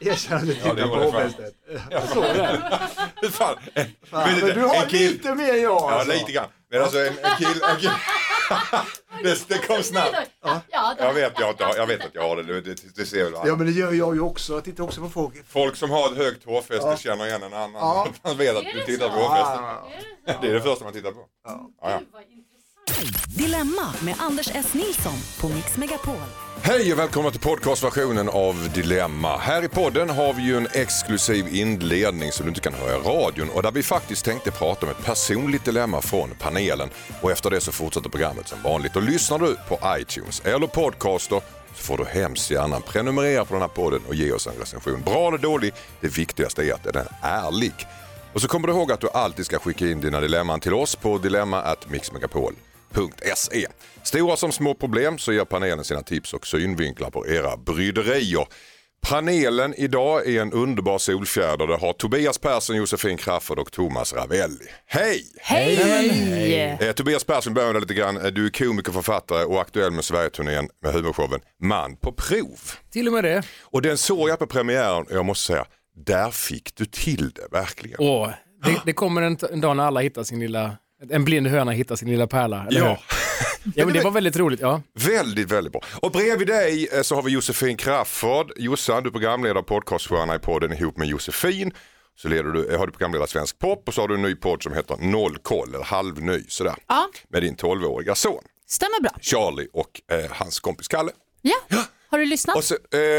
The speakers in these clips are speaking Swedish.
Erkänn att du tittar på hovhästet. Jag såg det. Fan, men du har lite mer jag. Ja, alltså. lite grann. Men alltså en kill. Det kom snabbt. Jag vet att jag har det. Det ser väl. Ja, men det gör jag ju också. Jag tittar också på folk. Folk som har ett högt hårfäste känner igen en annan. Ja. Man vet att du tittar på hårfästet. Det är det första man tittar på. Ja. Dilemma med Anders S. Nilsson på Mix Megapol. Hej och välkomna till podcastversionen av Dilemma. Här i podden har vi ju en exklusiv inledning som du inte kan höra i radion och där vi faktiskt tänkte prata om ett personligt dilemma från panelen. Och efter det så fortsätter programmet som vanligt. Och lyssnar du på iTunes eller podcaster så får du hemskt gärna prenumerera på den här podden och ge oss en recension. Bra eller dålig, det viktigaste är att den är ärlig. Och så kommer du ihåg att du alltid ska skicka in dina dilemman till oss på dilemma@mixmegapol.se. Stora som små problem så ger panelen sina tips och synvinklar på era bryderier. Panelen idag är en underbar solfjärd där har Tobias Persson, Josefin Crafoord och Thomas Ravelli. Hej! Hej! Tobias Persson börjar lite grann. Du är komiker, författare och aktuell med Sverige-turnén med humorshowen Man på prov. Till och med det. Och den såg jag på premiären och jag måste säga, där fick du till det verkligen. Det kommer en dag när alla hittar sin lilla... En blind höna hittar sin lilla pärla. Eller hur? Ja, men det var väldigt roligt, ja. Väldigt, väldigt bra. Och bredvid dig så har vi Josefin Crafoord. Jossan, du är programledare och podcaststjärna i podden ihop med Josefin. Så har du programledare Svensk Pop och så har du en ny podd som heter Noll koll, eller halvny sådär. Ja. Med din 12-åriga son. Stämmer bra. Charlie och hans kompis Kalle. Ja, har du lyssnat? Och så,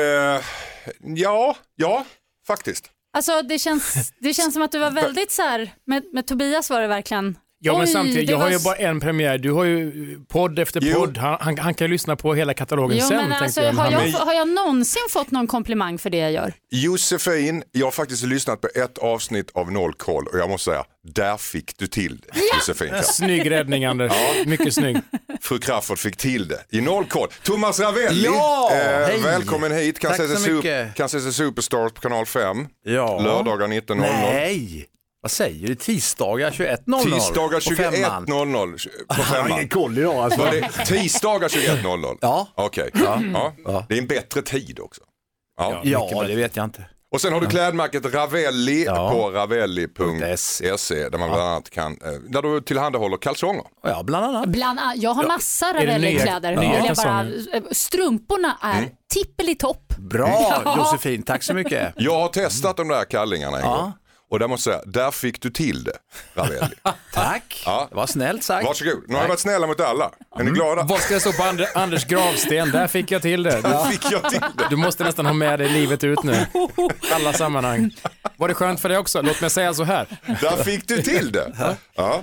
ja, faktiskt. Alltså det känns som att du var väldigt så här, med Tobias var det verkligen... Ja, men samtidigt, jag har ju var... bara en premiär. Du har ju podd efter podd. Han kan ju lyssna på hela katalogen sen. Men alltså, har jag någonsin fått någon komplimang för det jag gör? Josefin, jag har faktiskt lyssnat på ett avsnitt av Noll koll och jag måste säga, där fick du till det, Josefin. Snygg räddning, Anders. Mycket snygg. Fru Crafoord fick till det i Noll koll. Thomas Ravelli, välkommen hit. Kan se Superstars på kanal 5. Ja. Lördagar 19.00. Nej. Vad säger du? Tisdagar 21.00? Tisdagar 21.00 på 5. Jag har ingen koll idag alltså. Var det tisdagar 21.00? Ja. Okej. Ja. Det är en bättre tid också. Ja, det vet jag inte. Och sen har du klädmärket Ravelli på ravelli.se där man bland annat kan, där du tillhandahåller kalsonger. Ja, bland annat. Jag har massa Ravelli-kläder. Strumporna är tippelitopp. Bra, Josefin. Tack så mycket. Jag har testat de där kallingarna en gång. Och där måste jag säga, där fick du till det, Ravelli. Tack, det var snällt sagt. Varsågod, nu har jag varit snälla mot alla. Är ni glada? Vad ska jag stå på Anders gravsten? Där fick jag till det. Där fick jag till det. Du måste nästan ha med det livet ut nu. Alla sammanhang. Var det skönt för dig också? Låt mig säga så här. Där fick du till det. Ja.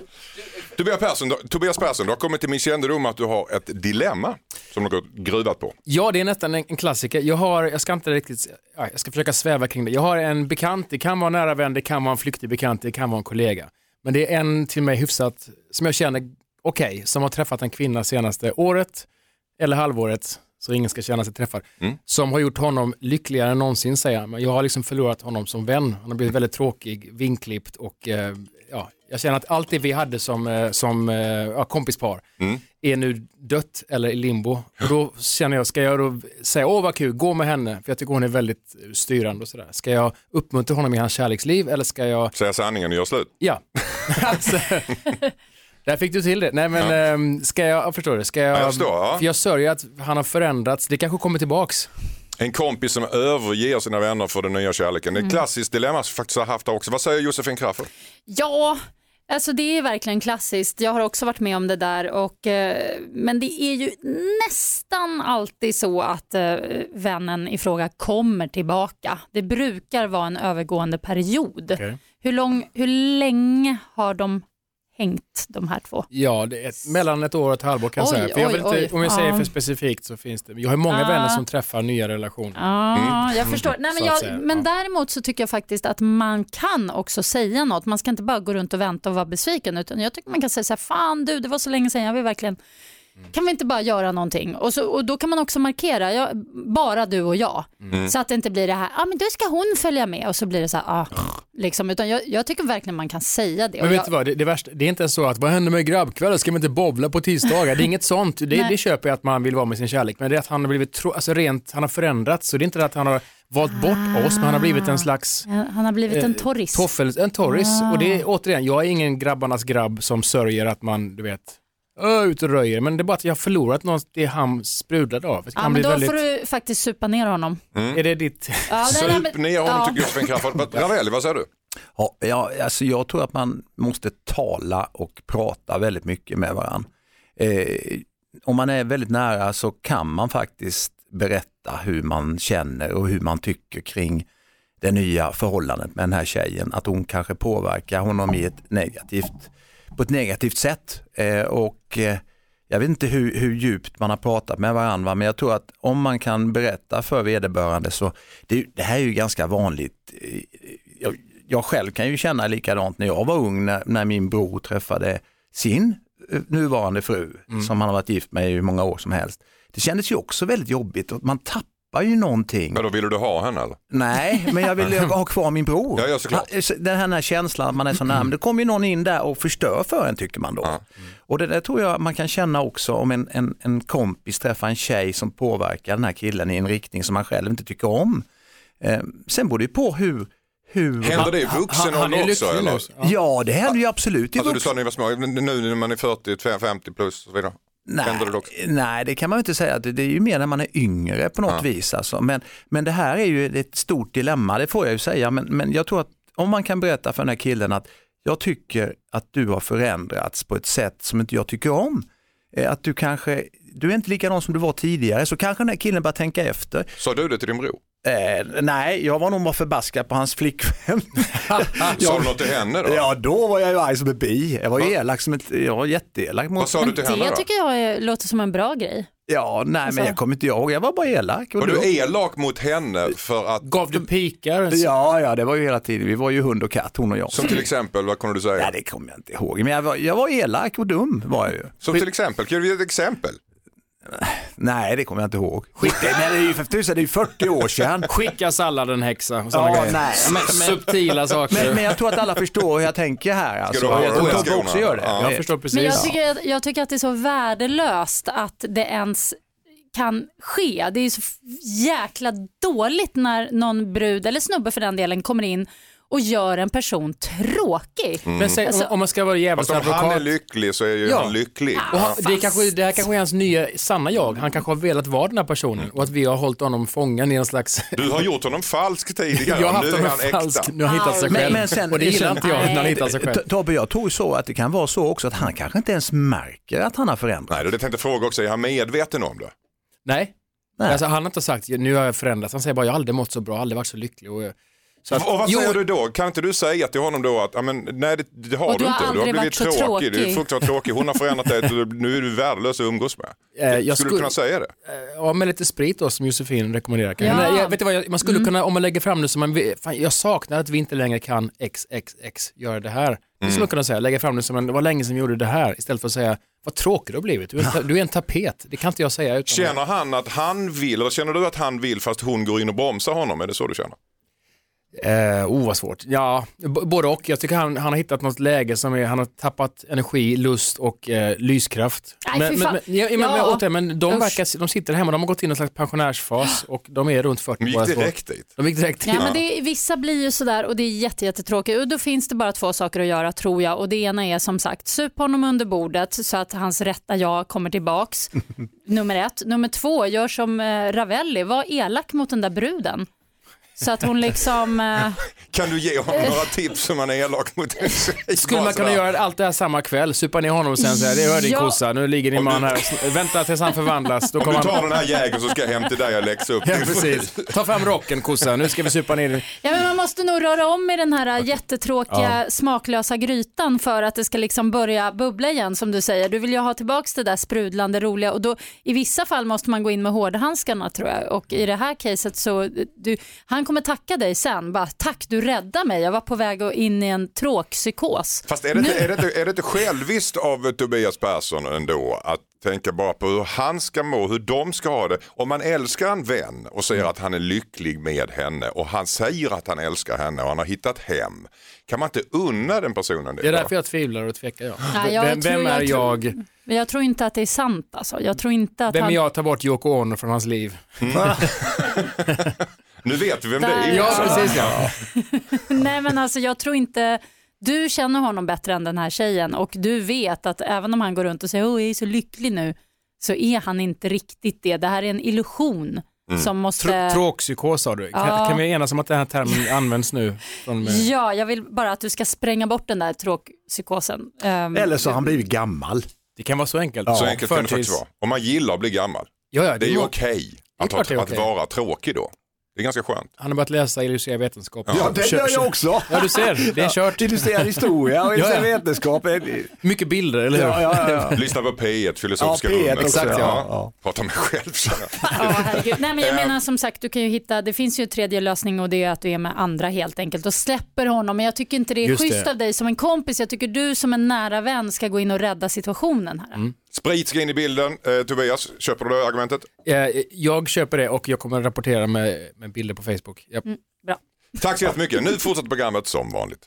Tobias Persson, du har kommit till min kännedom att du har ett dilemma som du har gruvat på. Ja, det är nästan en klassiker. Jag ska försöka sväva kring det. Jag har en bekant, det kan vara en nära vän, det kan vara en flyktig bekant, det kan vara en kollega. Men det är en till mig hyfsat, som jag känner som har träffat en kvinna senaste året eller halvåret, så ingen ska känna sig träffad. Som har gjort honom lyckligare än någonsin, säger han. Men jag har liksom förlorat honom som vän. Han har blivit väldigt tråkig, vinklippt och jag känner att allt det vi hade som kompispar är nu dött eller i limbo. Och då känner jag, ska jag då säga, vad kul, gå med henne, för jag tycker hon är väldigt styrande och sådär. Ska jag uppmuntra honom i hans kärleksliv eller ska jag... Säga sanningen och göra slut? Ja. Alltså, där fick du till det. Nej, men ska jag förstår det? För jag sörjer att han har förändrats. Det kanske kommer tillbaks. En kompis som överger sina vänner för den nya kärleken. Det är ett klassiskt dilemma som faktiskt har haft också. Vad säger Josefin Crafoord? Ja, alltså det är verkligen klassiskt. Jag har också varit med om det där. Men det är ju nästan alltid så att vännen i fråga kommer tillbaka. Det brukar vara en övergående period. Okay. Hur länge har de hängt, de här två? Ja, det är mellan ett år och ett halvår kan jag säga. För om jag säger för specifikt så finns det. Jag har många vänner som träffar nya relationer. Jag förstår. Nej, men däremot så tycker jag faktiskt att man kan också säga något. Man ska inte bara gå runt och vänta och vara besviken, utan jag tycker man kan säga så här, fan du, det var så länge sedan, jag vill verkligen... Kan vi inte bara göra någonting? Och då kan man också markera, bara du och jag. Så att det inte blir det här, men då ska hon följa med. Och så blir det så här, liksom. Utan jag tycker verkligen man kan säga det. Men vet du vad, det värsta, det är inte så att, vad händer med grabbkvällar? Ska man inte bobbla på tisdagar? Det är inget sånt. Det köper jag att man vill vara med sin kärlek. Men det är att han har blivit, han har förändrats. Så det är inte det att han har valt bort oss, men han har blivit en slags Han har blivit en torris. En torris. Och det är återigen, jag är ingen grabbarnas grabb som sörjer att man, du vet, ut och röjer. Men det är bara att jag har förlorat något det han sprudlade av. Ja, men då får du faktiskt supa ner honom. Är det ditt... Sup ner honom tycker Josefin Crafoord. Ravelli, vad säger du? Ja, alltså jag tror att man måste tala och prata väldigt mycket med varandra. Om man är väldigt nära så kan man faktiskt berätta hur man känner och hur man tycker kring det nya förhållandet med den här tjejen. Att hon kanske påverkar honom på ett negativt sätt. Jag vet inte hur djupt man har pratat med varandra, men jag tror att om man kan berätta för vederbörande så det här är ju ganska vanligt. Jag själv kan ju känna likadant när jag var ung när min bror träffade sin nuvarande fru som han har varit gift med i hur många år som helst. Det kändes ju också väldigt jobbigt och man tappar ju någonting. Men då ville du ha henne eller? Nej, men jag ville ha kvar min bror. Ja, såklart. Den här känslan att man är så nära. Det kommer ju någon in där och förstör för en tycker man då. Och det där tror jag man kan känna också om en kompis träffar en tjej som påverkar den här killen i en riktning som man själv inte tycker om. Sen beror det på hur händer det i vuxen ålder också? Eller? Ja, det händer ju absolut i vuxen. Alltså du sa när ni var små, nu när man är 40, 50 plus och så vidare. Nej, det kan man inte säga. Det är ju mer när man är yngre på något vis. Alltså. Men det här är ju ett stort dilemma, det får jag ju säga. Men jag tror att om man kan berätta för den här killen att jag tycker att du har förändrats på ett sätt som inte jag tycker om. Att du är inte likadan som du var tidigare, så kanske den här killen bara tänka efter. Sa du det till din bror? Nej, jag var nog bara förbaskad på hans flickvän. Sa du något till henne då? Ja, då var jag ju arg som ett bi. Jag var jag var jätteelak. Vad sa du till henne då? Det tycker jag låter som en bra grej. Ja, nej men jag kommer inte ihåg. Jag var bara elak. Var du elak mot henne för att... Gav du pikar? Ja, det var ju hela tiden. Vi var ju hund och katt, hon och jag. Som till exempel, vad kunde du säga? Nej, det kommer jag inte ihåg. Men jag var elak och dum var jag ju. Som till exempel, kan du ge ett exempel? Nej, det kommer jag inte ihåg. Det är ju 40 år sedan. Skicka salladen häxa och nej. subtila saker. Men jag tror att alla förstår hur jag tänker här. Alltså. Jag tror att också gör det. Jag förstår precis. Men jag tycker att det är så värdelöst att det ens kan ske. Det är så jäkla dåligt när någon brud eller snubbe för den delen kommer in och gör en person tråkig. Men om man ska vara jävligt advokat. Om han är lycklig så är ju han lycklig. Och det här kanske är hans nya sanna jag. Han kanske har velat vara den här personen och att vi har hållit honom fången i en slags... Du har gjort honom falsk tidigare. Jag har haft honom falsk. Nu har han hittat sig själv. Men sen, och det gillar inte jag när han hittar sig själv. Tobbe, jag tror så att det kan vara så också att han kanske inte ens märker att han har förändrats. Nej, det tänkte fråga också. Är han medveten om det? Nej. Alltså, han har inte sagt nu har jag förändrats. Han säger bara jag har aldrig mått så bra, aldrig varit så lycklig. Och vad säger du då? Kan inte du säga till honom då att nej, det har du inte. Du har blivit tråkig. Du är fruktansvärt tråkig. Hon har förändrat dig. Nu är du värdelös att umgås med. Skulle du kunna säga det? Ja, med lite sprit då, som Josefin rekommenderar. Ja. Vet du vad, man skulle kunna, om man lägger fram det som jag saknar att vi inte längre kan XXX göra det här. Det skulle man kunna säga, lägga fram det som det var länge sedan vi gjorde det här. Istället för att säga, vad tråkig du har blivit. Du är en tapet. Det kan inte jag säga. Känner han att han vill, eller känner du att han vill fast hon går in och bromsar honom? Är det så du känner? Vad svårt. Ja, både och. Jag tycker han har hittat något läge som han har tappat energi, lust och lyskraft. Men de sitter hemma, de har gått in i en slags pensionärsfas och de är runt 40. De gick direkt dit. Ja, men vissa blir ju sådär och det är jättetråkigt. Och då finns det bara 2 saker att göra, tror jag. Och det ena är som sagt, sup honom under bordet så att hans rätta jag kommer tillbaks. Nummer 1. Nummer 2, gör som Ravelli, var elak mot den där bruden. Så att hon liksom... Kan du ge honom några tips som man är elak mot? Skulle man kunna göra allt det här samma kväll? Supa ner honom och sen säga, det hör din kossa, nu ligger din man här. Vänta tills han förvandlas. Då om du tar den här jägen så ska jag hem till dig och läxa upp. Ja, precis. Ta fram rocken, kossa, nu ska vi supa ner. Ja, men man måste nog röra om i den här jättetråkiga, smaklösa grytan för att det ska liksom börja bubbla igen, som du säger. Du vill ju ha tillbaks det där sprudlande, roliga. Och då, i vissa fall måste man gå in med hårdhandskarna, tror jag. Och i det här caset så... Han kommer tacka dig sen. Bara, tack, du räddade mig. Jag var på väg in i en tråkpsykos. Fast är det inte själviskt av Tobias Persson ändå att tänka bara på hur han ska må, hur de ska ha det. Om man älskar en vän och säger att han är lycklig med henne och han säger att han älskar henne och han har hittat hem. Kan man inte unna den personen det? Det är därför jag tvivlar och tvekar. Vem är jag? Jag tror inte att det är sant. Alltså. Jag tror inte att jag tar bort Yoko Ono från hans liv? Nu vet vi vem det är. Ja, precis ja. Nej men alltså jag tror inte, du känner honom bättre än den här tjejen och du vet att även om han går runt och säger jag är så lycklig nu, så är han inte riktigt det. Det här är en illusion som måste... Tråkpsykos sa du. Kan vi enas om att den här termen används nu? Ja, jag vill bara att du ska spränga bort den där tråkpsykosen. Eller så har han blivit gammal. Det kan vara så enkelt. Så enkelt kan det faktiskt vara. Om man gillar att bli gammal. Ja, det är ju okej att vara tråkig då. Det är ganska skönt. Han har börjat läsa illustrerad vetenskap. Ja, det gör jag också. Ja, du ser. Det är kört. Illustrerad historia och illustrerad vetenskap. Mycket bilder, eller hur? Ja. Lyssna på P1, filosofiska P1 rummet. Exakt, Prata med själv. Herregud. Nej, men jag menar som sagt, du kan ju hitta, det finns ju en tredje lösning och det är att du är med andra helt enkelt och släpper honom. Men jag tycker inte det är schysst av dig som en kompis. Jag tycker du som en nära vän ska gå in och rädda situationen här. Sprit ska in i bilden. Tobias, köper du det argumentet? Jag köper det och jag kommer att rapportera med bilder på Facebook. Yep. Bra. Tack så jättemycket. Nu fortsätter programmet som vanligt.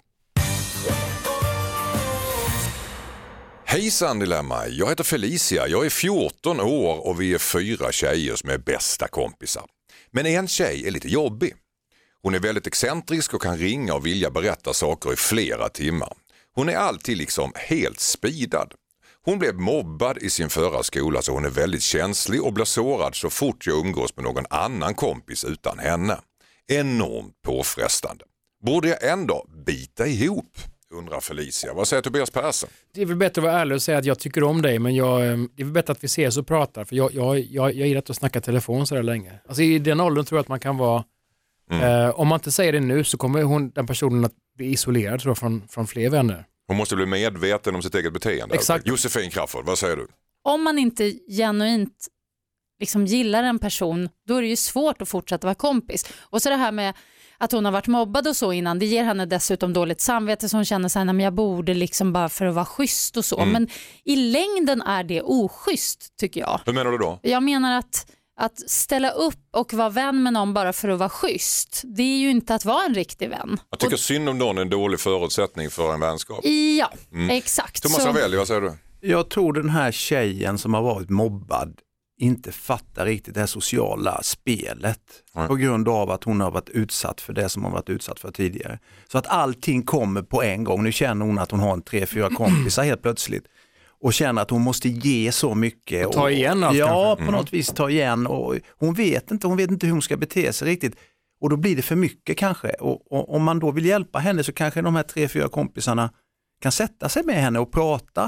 Hejsan Dilemma, jag heter Felicia, jag är 14 år och vi är 4 tjejer som är bästa kompisar. Men en tjej är lite jobbig. Hon är väldigt excentrisk och kan ringa och vilja berätta saker i flera timmar. Hon är alltid liksom helt speedad. Hon blev mobbad i sin förra skola så hon är väldigt känslig och blir sårad så fort jag umgås med någon annan kompis utan henne. Enormt påfrestande. Borde jag ändå bita ihop? Undrar Felicia. Vad säger Tobias Persson? Det är väl bättre att vara ärlig och säga att jag tycker om dig, men det är väl bättre att vi ses och pratar, för jag gillar att snacka telefon så där länge. Alltså i den åldern tror jag att man kan vara om man inte säger det nu så kommer den personen att bli isolerad tror jag, från fler vänner. Hon måste bli medveten om sitt eget beteende. Exakt. Josefin Crafoord, vad säger du? Om man inte genuint liksom gillar en person, då är det ju svårt att fortsätta vara kompis. Och så det här med att hon har varit mobbad och så innan, det ger henne dessutom dåligt samvete så hon känner sig att jag borde liksom bara för att vara schysst och så. Men i längden är det oschysst tycker jag. Hur menar du då? Jag menar att ställa upp och vara vän med någon bara för att vara schysst, det är ju inte att vara en riktig vän. Jag tycker synd om någon är en dålig förutsättning för en vänskap. Ja, exakt. Thomas Ravelli, vad säger du? Jag tror den här tjejen som har varit mobbad inte fattar riktigt det här sociala spelet på grund av att hon har varit utsatt för det som hon varit utsatt för tidigare. Så att allting kommer på en gång. Nu känner hon att hon har en 3-4 kompisar helt plötsligt och känner att hon måste ge så mycket. Och ta igen allt. Ja, på något vis ta igen och hon vet inte hur hon ska bete sig riktigt. Och då blir det för mycket kanske. Och om man då vill hjälpa henne så kanske de här 3-4 kompisarna kan sätta sig med henne och prata.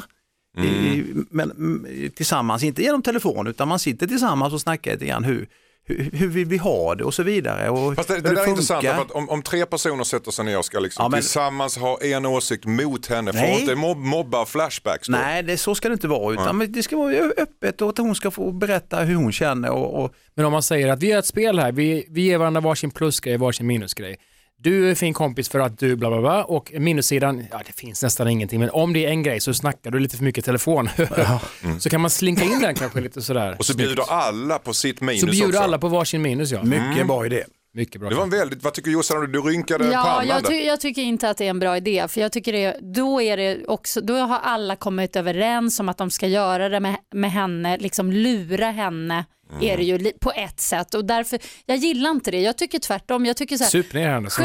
Men tillsammans, inte genom telefon utan man sitter tillsammans och snackar lite grann hur vill vi ha det och så vidare. Och fast det där är intressant för att om 3 personer sätter sig ner och ska liksom tillsammans ha en åsikt mot henne, får inte mobba flashbacks då? Nej, så ska det inte vara utan det ska vara öppet och att hon ska få berätta hur hon känner. Men om man säger att vi har ett spel här, vi ger varandra varsin plusgrej, varsin minusgrej. Du är fin kompis för att du bla bla bla och minussidan, det finns nästan ingenting, men om det är en grej så snackar du lite för mycket telefon. Så kan man slinka in den kanske lite sådär. Och så bjuder alla på sitt minus också. Så bjuder alla på varsin minus, ja. Mycket bra idé. Mycket bra. Det var en väldigt, vad tycker Jossan? Du rynkade pannan. Jag tycker inte att det är en bra idé, för jag tycker då har alla kommit överens om att de ska göra det med henne, liksom lura henne. Är det ju på ett sätt och därför, jag gillar inte det, jag tycker tvärtom, jag tycker såhär sup ner henne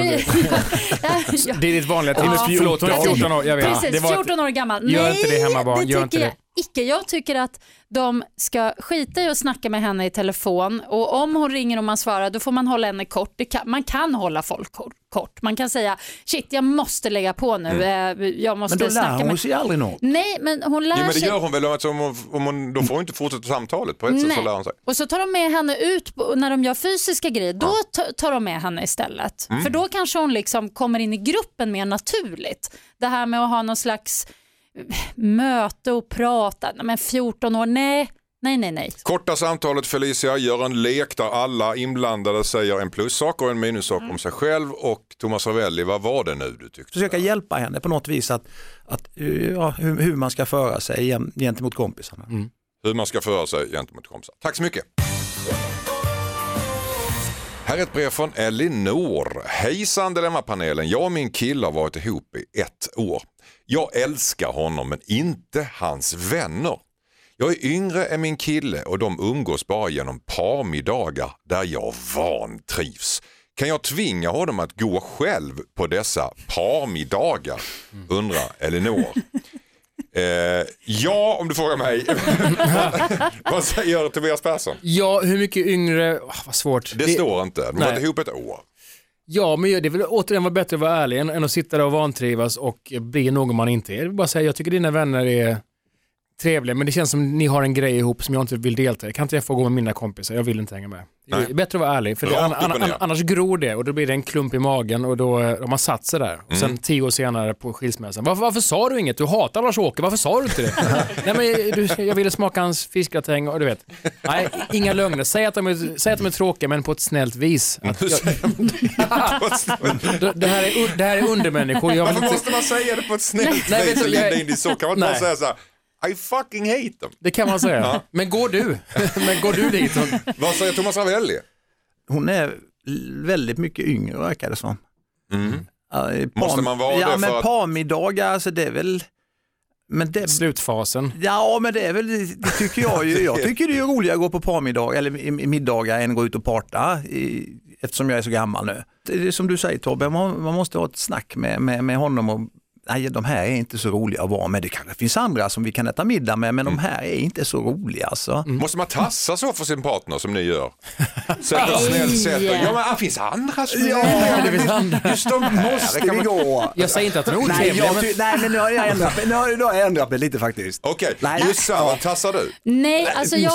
det är ditt vanliga till 14 år, jag vet. Precis, 14 år gammal. Gör inte det hemma barn, gör inte det. Jag tycker att de ska skita i att snacka med henne i telefon och om hon ringer och man svarar då får man hålla henne kort. Man kan hålla folk kort. Man kan säga shit, jag måste lägga på nu. Jag måste men då snacka lär hon sig aldrig något. Nej, men hon lär sig. Men det gör hon väl om hon, då får hon inte fortsätta samtalet på ett sätt så lär hon sig. Och så tar de med henne ut när de gör fysiska grejer. Då tar de med henne istället. För då kanske hon liksom kommer in i gruppen mer naturligt. Det här med att ha någon slags möte och prata. Men 14 år, nej. Korta samtalet Felicia, gör en lek där alla inblandade säger en plussak och en minussak om sig själv. Och Thomas Ravelli, vad var det nu du tyckte? Försöka hjälpa henne på något vis hur man ska föra sig gentemot kompisarna. Hur man ska föra sig gentemot kompisar. Tack så mycket. Här är ett brev från Elinor. Hejsan Dilemma-panelen, jag och min kille har varit ihop i 1 år. Jag älskar honom men inte hans vänner. Jag är yngre än min kille och de umgås bara genom parmiddagar där jag vantrivs. Kan jag tvinga honom att gå själv på dessa parmiddagar? Undrar Elinor. Ja, om du frågar mig. Vad säger Tobias Persson? Ja, hur mycket yngre, vad svårt. Det står inte, de har varit ihop ett år. Ja, men det är väl återigen var bättre att vara ärlig än att sitta där och vantrivas och bli någon man inte är. Jag vill bara säga, jag tycker dina vänner är trevliga, men det känns som ni har en grej ihop som jag inte vill delta i. Kan inte jag få gå med mina kompisar? Jag vill inte hänga med. Det är bättre att vara ärlig, för annars gror det och då blir det en klump i magen och då har man satt sig där. Och sen 10 år senare på skilsmässan. Varför sa du inget? Du hatar Lars-Åke, varför sa du inte det? Nej, men jag ville smaka hans fiskgratäng och du vet. Nej, inga lögner. Säg att de är tråkiga, men på ett snällt vis. Det här är undermänniskor. Varför måste man säga det på ett snällt vis? Så kan man inte bara säga så här: I fucking hate them. Det kan man säga. Ja. Men går du dit? Vad säger Thomas Ravelli? Hon är väldigt mycket yngre, verkar det som. Måste man vara det för att... parmiddagar, alltså det är väl... Men det... Slutfasen. Ja, men det är väl, det tycker jag ju. Jag tycker det är roligare att gå på parmiddag eller middagar än att gå ut och parta, eftersom jag är så gammal nu. Det är som du säger, Tobbe, man måste ha ett snack med honom och nej, de här är inte så roliga att vara med. Det kanske finns andra som vi kan äta middag med, men de här är inte så roliga. Alltså. Måste man tassa så för sin partner som ni gör? Sätta snällt sätt. Ja, men det finns andra som det finns andra. Just de här Måste vi gå? Jag säger inte att de är otrevliga. Nej, men nu har jag ändrat mig lite faktiskt. Okej, Jossan, vad tassar du? Nej, alltså jag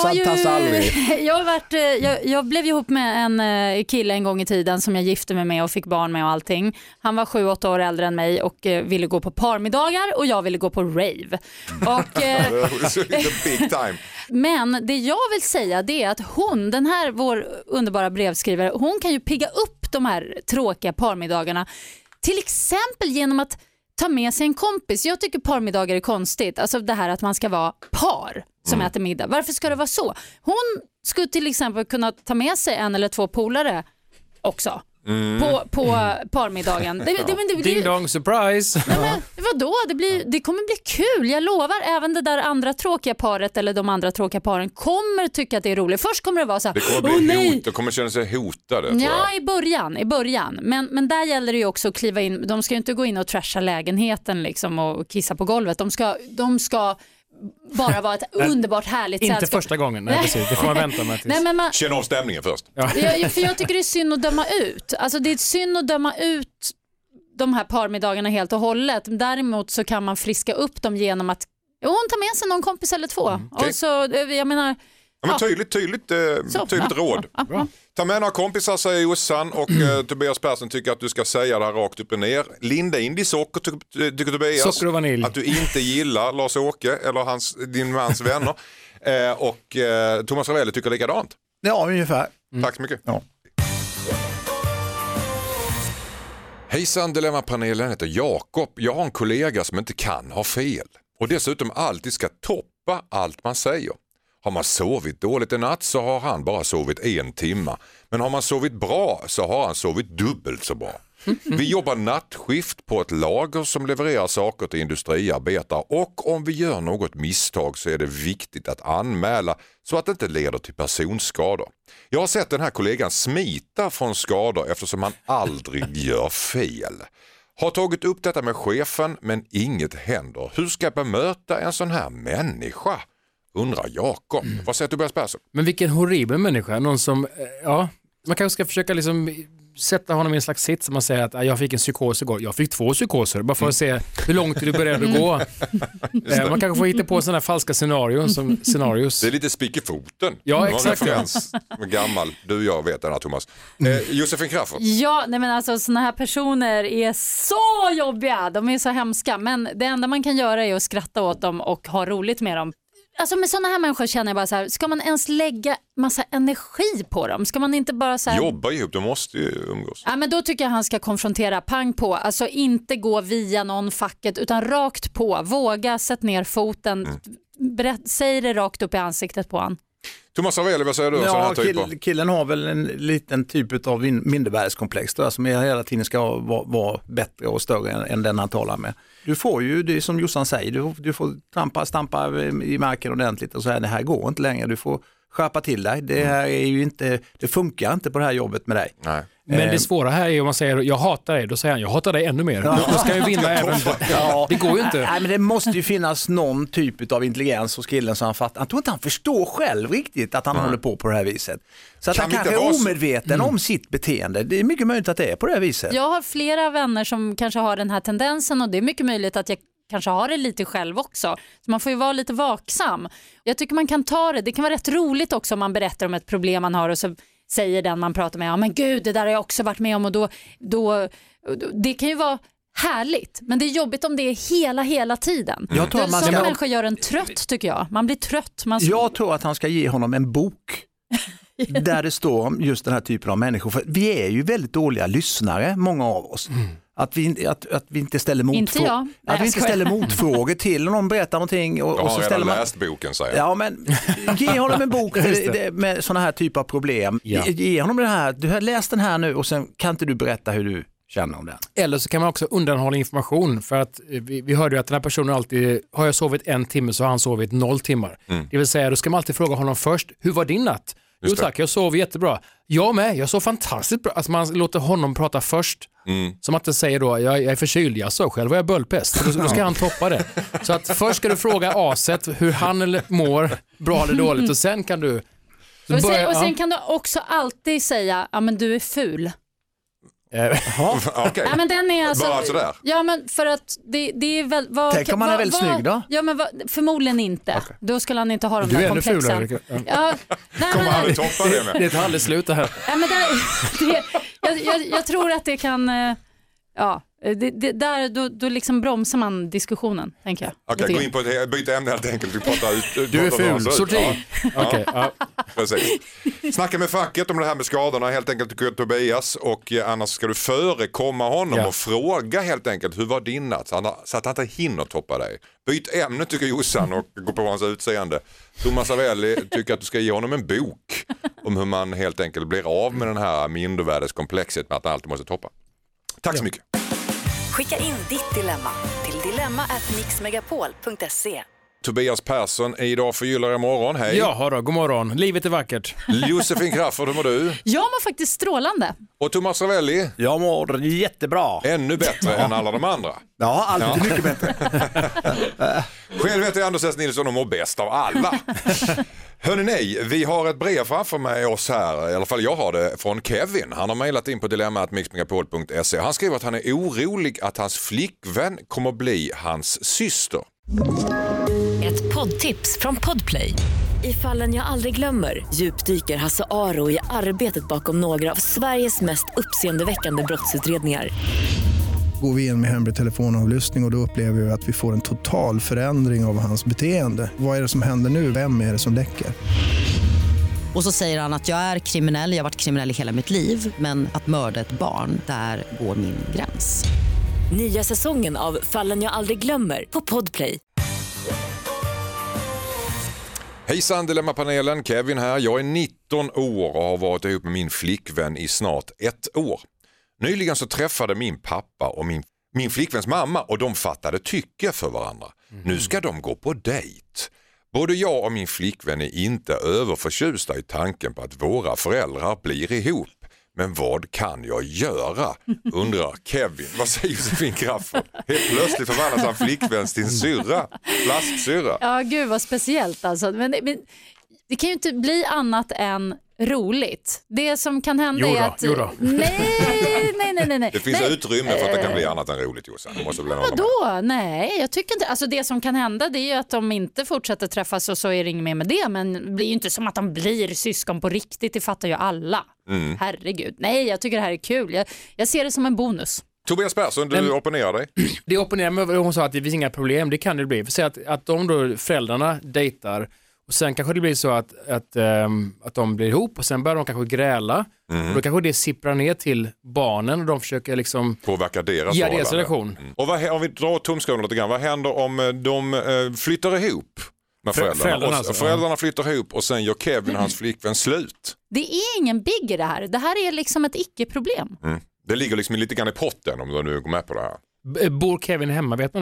aldrig. jag blev ihop med en kille en gång i tiden som jag gifte mig med och fick barn med och allting. Han var 7-8 år äldre än mig och ville gå på parmiddagar och jag ville gå på rave. Och, big time. men det jag vill säga, det är att hon, den här vår underbara brevskrivare, hon kan ju pigga upp de här tråkiga parmiddagarna. Till exempel genom att ta med sig en kompis. Jag tycker parmiddagar är konstigt. Alltså det här att man ska vara par som äter middag. Varför ska det vara så? Hon skulle till exempel kunna ta med sig 1 eller 2 polare också. På parmiddagen. Ding dong surprise. Nej, men vadå? Det kommer bli kul. Jag lovar, även det där andra tråkiga paret eller de andra tråkiga paren kommer tycka att det är roligt. Först kommer det vara så här, det kommer bli hot, de kommer känna sig hotade. Ja, i början. Men där gäller det ju också att kliva in. De ska ju inte gå in och trasha lägenheten liksom och kissa på golvet. De ska bara vara ett underbart härligt sällskap. Inte första gången, nej precis. Det får man vänta med tills. Nej, känna av stämningen först. Ja. För jag tycker det är synd att döma ut. Alltså det är synd att döma ut de här parmiddagarna helt och hållet. Däremot så kan man friska upp dem genom att hon tar med sig någon kompis eller 2. Okay. Och så, jag menar... Ja, men tydligt råd. Ja. Ta med några kompisar, säger Jossan, och Tobias Persson tycker att du ska säga det här rakt upp och ner. Linda in i socker, tycker Tobias. Socker och vanilj. Att du inte gillar Lars-Åke eller din mans vänner. Och Thomas Ravelli tycker likadant. Ja, ungefär. Tack så mycket. Ja. Hejsan, Dilemmapanelen heter Jakob. Jag har en kollega som inte kan ha fel. Och dessutom alltid ska toppa allt man säger. Har man sovit dåligt en natt så har han bara sovit 1 timme. Men har man sovit bra så har han sovit dubbelt så bra. Vi jobbar nattskift på ett lager som levererar saker till industriarbetare. Och om vi gör något misstag så är det viktigt att anmäla så att det inte leder till personskador. Jag har sett den här kollegan smita från skador eftersom han aldrig gör fel. Har tagit upp detta med chefen men inget händer. Hur ska jag bemöta en sån här människa? Undrar Jakob. Vad säger Tobias Persson? Men vilken horribel människa. Någon som, man kanske ska försöka liksom sätta honom i en slags sits som man säger att jag fick en psykos igår. Jag fick 2 psykoser. Bara för att se hur långt du började gå. Man kanske får hitta på sådana falska scenarios. Det är lite spik i foten. Ja, exakt. Gammal. Du och jag vet det här, Thomas. Josefin Crafoord. Ja, nej men alltså såna här personer är så jobbiga. De är så hemska. Men det enda man kan göra är att skratta åt dem och ha roligt med dem. Alltså med såna här människor känner jag bara så här, ska man ens lägga massa energi på dem? Ska man inte bara så här... Jobba ihop, de måste ju umgås. Ja, men då tycker jag han ska konfrontera pang på. Alltså inte gå via någon facket utan rakt på. Våga, sätt ner foten. Säg det rakt upp i ansiktet på han. Thomas Ravelli, vad säger du om sån här typer? Killen har väl en liten typ av mindervärdeskomplex där, som hela tiden ska vara bättre och större än den han talar med. Du får ju, det som Jossan säger, du får stampa i marken ordentligt och säga det här går inte längre, du får skärpa till dig. Det här är ju inte, det funkar inte på det här jobbet med dig. Nej. Men det svåra här är om man säger jag hatar dig, då säger han jag hatar dig ännu mer. Då ska jag vinna även. Det går ju inte. Nej, men det måste ju finnas någon typ av intelligens hos killen så han fattar. Jag tror inte han förstår själv riktigt att han håller på det här viset. Så att han kanske är omedveten om sitt beteende. Det är mycket möjligt att det är på det här viset. Jag har flera vänner som kanske har den här tendensen och det är mycket möjligt att jag kanske har det lite själv också. Så man får ju vara lite vaksam. Jag tycker man kan ta det. Det kan vara rätt roligt också om man berättar om ett problem man har och så säger den man pratar med, ja men gud det där har jag också varit med om och då det kan ju vara härligt, men det är jobbigt om det är hela tiden. Jag tror att man sådana människor gör en trött tycker jag. Man blir trött. Jag tror att han ska ge honom en bok där det står om just den här typen av människor. För vi är ju väldigt dåliga lyssnare, många av oss. Att vi inte ställer motfrågor. Att vi inte ställer motfrågor till och någon berättar någonting. Och så ställer man läst boken, säger jag. Ja, men ge honom en bok med sådana här typer av problem. Ja. Ge honom den här, du har läst den här nu och sen kan inte du berätta hur du känner om den. Eller så kan man också undanhålla information för att vi hörde ju att den här personen alltid, har jag sovit 1 timme så har han sovit 0 timmar. Det vill säga, då ska man alltid fråga honom först, hur var din natt? Jo tack, jag sov jättebra. Jag med, jag sov fantastiskt bra. Alltså man låter honom prata först. Som att den säger då, jag är förkyld, jag så själv var jag böldpest. Då ska han toppa det. Så att först ska du fråga aset hur han mår, bra eller dåligt. Och sen kan du... Och sen kan du också alltid säga, ja men du är ful. Okay. Ja, men den är alltså, bara sådär. Ja men för att det är väl tänk om han är väldigt snygg då? Ja men förmodligen inte. Okay. Då skulle han inte ha de där komplexen. Du är ännu fulare. Kommer han toppa det med? Det är ett aldrig sluta här. Ja, men jag tror att det kan då liksom bromsar man diskussionen, tänker jag. Okej, gå in på ett byta ämne helt enkelt. Du är ful, sorti. Okej, precis. Snacka med facket om det här med skadorna helt enkelt, Tobias, och annars ska du förekomma honom och fråga helt enkelt hur var din natt så att han inte hinner toppa dig. Byt ämne tycker Jossan och gå på hans utseende. Thomas Avelli tycker att du ska ge honom en bok om hur man helt enkelt blir av med den här mindervärdeskomplexet med att han alltid måste toppa. Tack så mycket. Skicka in ditt dilemma till dilemma@mixmegapol.se. Tobias Persson är idag förgyllare imorgon. Hej. Ja då, god morgon. Livet är vackert. Josefin Crafoord, hur mår du? Jag mår faktiskt strålande. Och Thomas Ravelli? Jag mår jättebra. Ännu bättre än alla de andra. Ja, alltid mycket bättre. Själv heter jag Anders S. Nilsson och mår bäst av alla. Hörrni, nej, vi har ett brev framför mig oss här, i alla fall jag har det, från Kevin. Han har mejlat in på dilemma@mixmegapol.se. Han skriver att han är orolig att hans flickvän kommer bli hans syster. Ett poddtips från Podplay. I Fallen jag aldrig glömmer djupdyker Hasse Aro i arbetet bakom några av Sveriges mest uppseendeväckande brottsutredningar. Går vi in med hemlig telefonavlyssning och då upplever vi att vi får en total förändring av hans beteende. Vad är det som händer nu? Vem är det som läcker? Och så säger han att jag är kriminell, jag har varit kriminell i hela mitt liv. Men att mörda ett barn, där går min gräns. Nya säsongen av Fallen jag aldrig glömmer på Podplay. Hejsan Dilemma-panelen, Kevin här. Jag är 19 år och har varit ihop med min flickvän i snart 1 år. Nyligen så träffade min pappa och min flickväns mamma och de fattade tycke för varandra. Nu ska de gå på dejt. Både jag och min flickvän är inte överförtjusta i tanken på att våra föräldrar blir ihop. Men vad kan jag göra? Undrar Kevin. Vad säger Josefin Crafoord? Helt plötsligt förvandlas han flickväns till en syrra. Plastsyrra. Ja, gud vad speciellt alltså. Men det kan ju inte bli annat än roligt. Det som kan hända är att... Nej. Det finns utrymme för att det kan bli annat än roligt, Jossan. Vadå? Nej, jag tycker inte. Alltså det som kan hända det är ju att de inte fortsätter träffas och så är det inget mer med det. Men det blir ju inte som att de blir syskon på riktigt. Det fattar ju alla. Herregud. Nej, jag tycker det här är kul. Jag ser det som en bonus. Tobias Persson, du opponerar dig. Det opponerar mig. Hon sa att det finns inga problem. Det kan det bli. För säg att de då, föräldrarna dejtar och sen kanske det blir så att de blir ihop och sen börjar de kanske gräla. Och då kanske det sipprar ner till barnen och de försöker liksom påverka deras relation. Och om vi drar tumskruven lite grann, vad händer om de flyttar ihop med föräldrarna? Föräldrarna flyttar ihop och sen gör Kevin och hans flickvän slut. Det är ingen big i det här. Det här är liksom ett icke-problem. Det ligger liksom lite grann i potten om du nu går med på det här. Bor Kevin hemma, vet man det?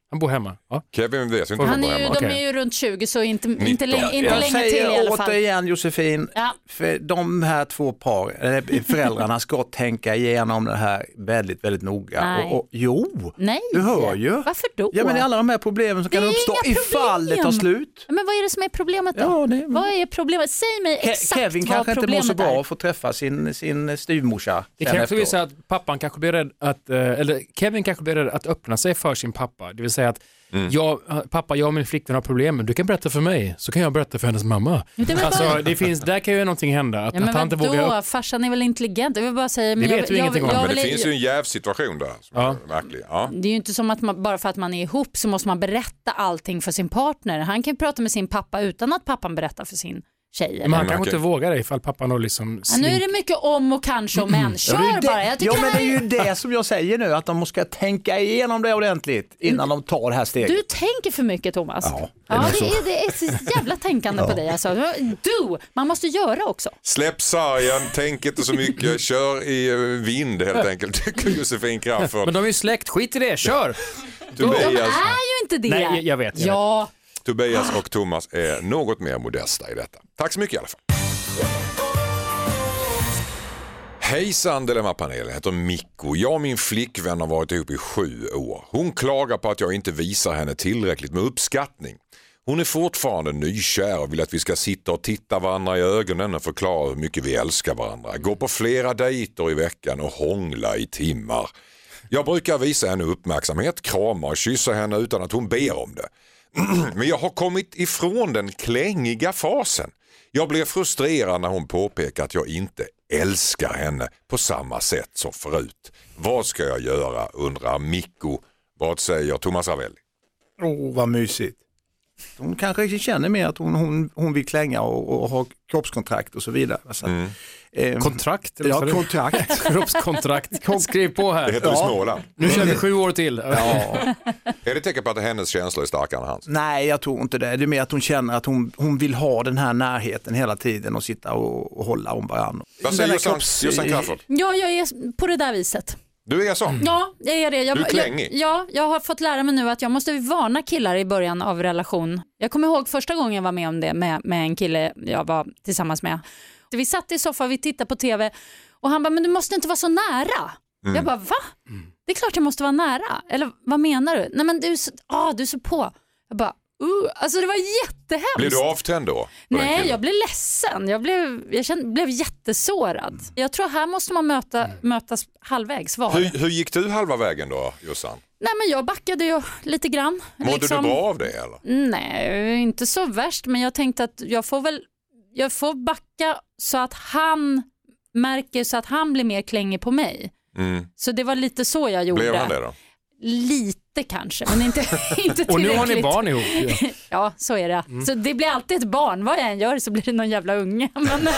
Han bor hemma. Ja. Kevin vet inte Han bor är ju, hemma. de är ju runt 20 så inte länge till Jag i alla säger fall. återigen Josefin, Ja. för de här två föräldrarna ska tänka igenom det här väldigt, väldigt noga. Nej. Jo, Nej. du hör ju. Varför då? Ja, men det är alla de här problemen som Det kan är uppstå inga ifall det tar problem. slut. Men vad är det som är problemet då? Ja, Vad är problemet? Säg mig exakt Kevin vad kanske inte mår problemet så bra är. att få träffa sin styvmorsa. Det sen kan också efteråt. visa att pappan kanske blir rädd att, eller Kevin kanske blir rädd att öppna sig för sin pappa. Det vill säga att jag och min flickvän har problem, men du kan berätta för mig så kan jag berätta för hennes mamma. Alltså, där kan ju någonting hända. Att, Ja, men att han inte vågar upp. Farsan är väl intelligent? Jag vill bara säga, men Det vet vi ingenting om. Men det finns ju en jävsituation där som är verklig. Ja. Det är ju inte som att bara för att man är ihop så måste man berätta allting för sin partner. Han kan ju prata med sin pappa utan att pappan berättar för sin tjej. Men han okej. kanske inte vågar det ifall pappan då liksom Ja, nu är det mycket om och kanske och men. Kör bara. Jag tycker men det är ju det som jag säger nu, att de ska tänka igenom det ordentligt innan de tar det här steget. Du tänker för mycket, Thomas. Ja, det är så jävla tänkande på dig. Alltså. Man måste göra också. Släpp sargen, tänk inte så mycket, kör i vind helt enkelt, tycker Josefin Crafoord. Men de är ju släkt, skit i det, kör! De är ju inte det. Nej, jag vet. Ja. Tobias och Thomas är något mer modesta i detta. Tack så mycket i alla fall. Hejsan Dilemma-panelen, heter Mikko. Jag och min flickvän har varit ihop i 7 år. Hon klagar på att jag inte visar henne tillräckligt med uppskattning. Hon är fortfarande nykär och vill att vi ska sitta och titta varandra i ögonen och förklara hur mycket vi älskar varandra. Gå på flera dejter i veckan och hångla i timmar. Jag brukar visa henne uppmärksamhet, krama och kyssa henne utan att hon ber om det. Men jag har kommit ifrån den klängiga fasen. Jag blir frustrerad när hon påpekar att jag inte älskar henne på samma sätt som förut. Vad ska jag göra, undrar Mikko. Vad säger Thomas Ravelli? Vad mysigt. Hon kanske känner mer att hon vill klänga och ha kroppskontrakt och så vidare. Så att, Kontrakt? Ja, kontrakt. Kroppskontrakt. Skriv på här. Det heter i Småland. Nu kör vi 7 år till. Ja. Är det tecken på att hennes känslor är starkare än hans? Nej, jag tror inte det. Det är mer att hon känner att hon vill ha den här närheten hela tiden och sitta och hålla om varandra. Vad säger Jossan Crafoord? Ja, jag är på det där viset. Du är så? Ja, jag är det. Du är klängig. Jag har fått lära mig nu att jag måste varna killar i början av relation. Jag kommer ihåg första gången jag var med om det med en kille jag var tillsammans med. Vi satt i soffan, vi tittade på tv och han bara, men du måste inte vara så nära. Jag bara, va? Det är klart jag måste vara nära. Eller vad menar du? Nej, men du är så på. Jag bara, alltså det var jättehemskt. Blir du avtänd då? Nej, jag blev ledsen. Jag blev jättesårad. Jag tror här måste man mötas halvvägs var. Hur gick du halva vägen då, Jossan? Nej, men jag backade ju lite grann. Mådde du bra av det eller? Nej, inte så värst. Men jag tänkte att jag får backa så att han märker så att han blir mer klängig på mig. Så det var lite så jag gjorde. Blev han det då? Lite kanske, men inte tillräckligt. Och nu har ni barn ihop. Ja. Ja, så är det. Så det blir alltid ett barn. Vad jag än gör så blir det någon jävla unge. Men...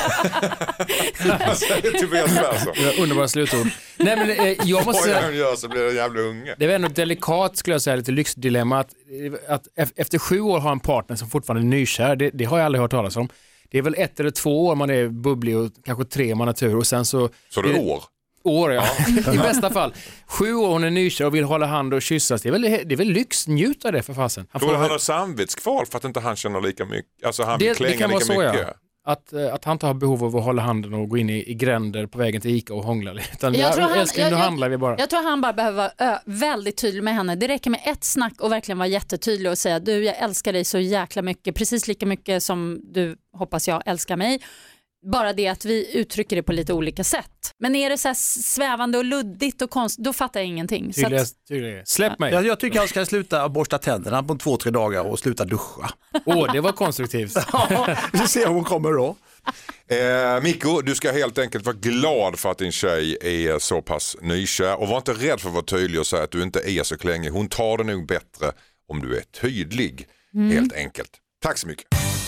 Tobias Persson. Underbara slutord. Nej, men jag måste Vad jag säga, än gör så blir det en jävla unge. det är ändå delikat skulle jag säga, lite lyxdilemma att efter 7 år ha en partner som fortfarande är nykär, det har jag aldrig hört talas om. Det är väl 1 eller 2 år man är bubblig och kanske 3 man har tur och sen så... Så det är år? År, ja. I bästa fall. 7 år hon är nykär och vill hålla hand och kyssas. Det är väl lyx, njut av det för fasen. Tror du han har samvetskval för att inte han känner lika mycket? Alltså han vill klänga kan lika vara så, mycket? Ja. Att han inte har behov av att hålla handen och gå in i gränder på vägen till Ica och hångla. Utan nu handlar vi bara. Jag tror han bara behöver vara väldigt tydlig med henne. Det räcker med ett snack och verkligen vara jättetydlig och säga du, jag älskar dig så jäkla mycket. Precis lika mycket som du hoppas jag älskar mig. Bara det att vi uttrycker det på lite olika sätt. Men är det så här svävande och luddigt och konstigt, då fattar jag ingenting. Tydliga. Släpp mig. Jag tycker han ska sluta borsta tänderna på 2-3 dagar och sluta duscha. Det var konstruktivt. Vi ser om hon kommer då. Mikko, du ska helt enkelt vara glad för att din tjej är så pass nykär och var inte rädd för att vara tydlig och säga att du inte är så klängig. Hon tar det nog bättre om du är tydlig, helt enkelt. Tack så mycket.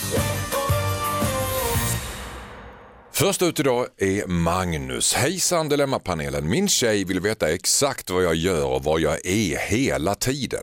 Först ut idag är Magnus. Hejsan Dilemma-panelen. Min tjej vill veta exakt vad jag gör och vad jag är hela tiden.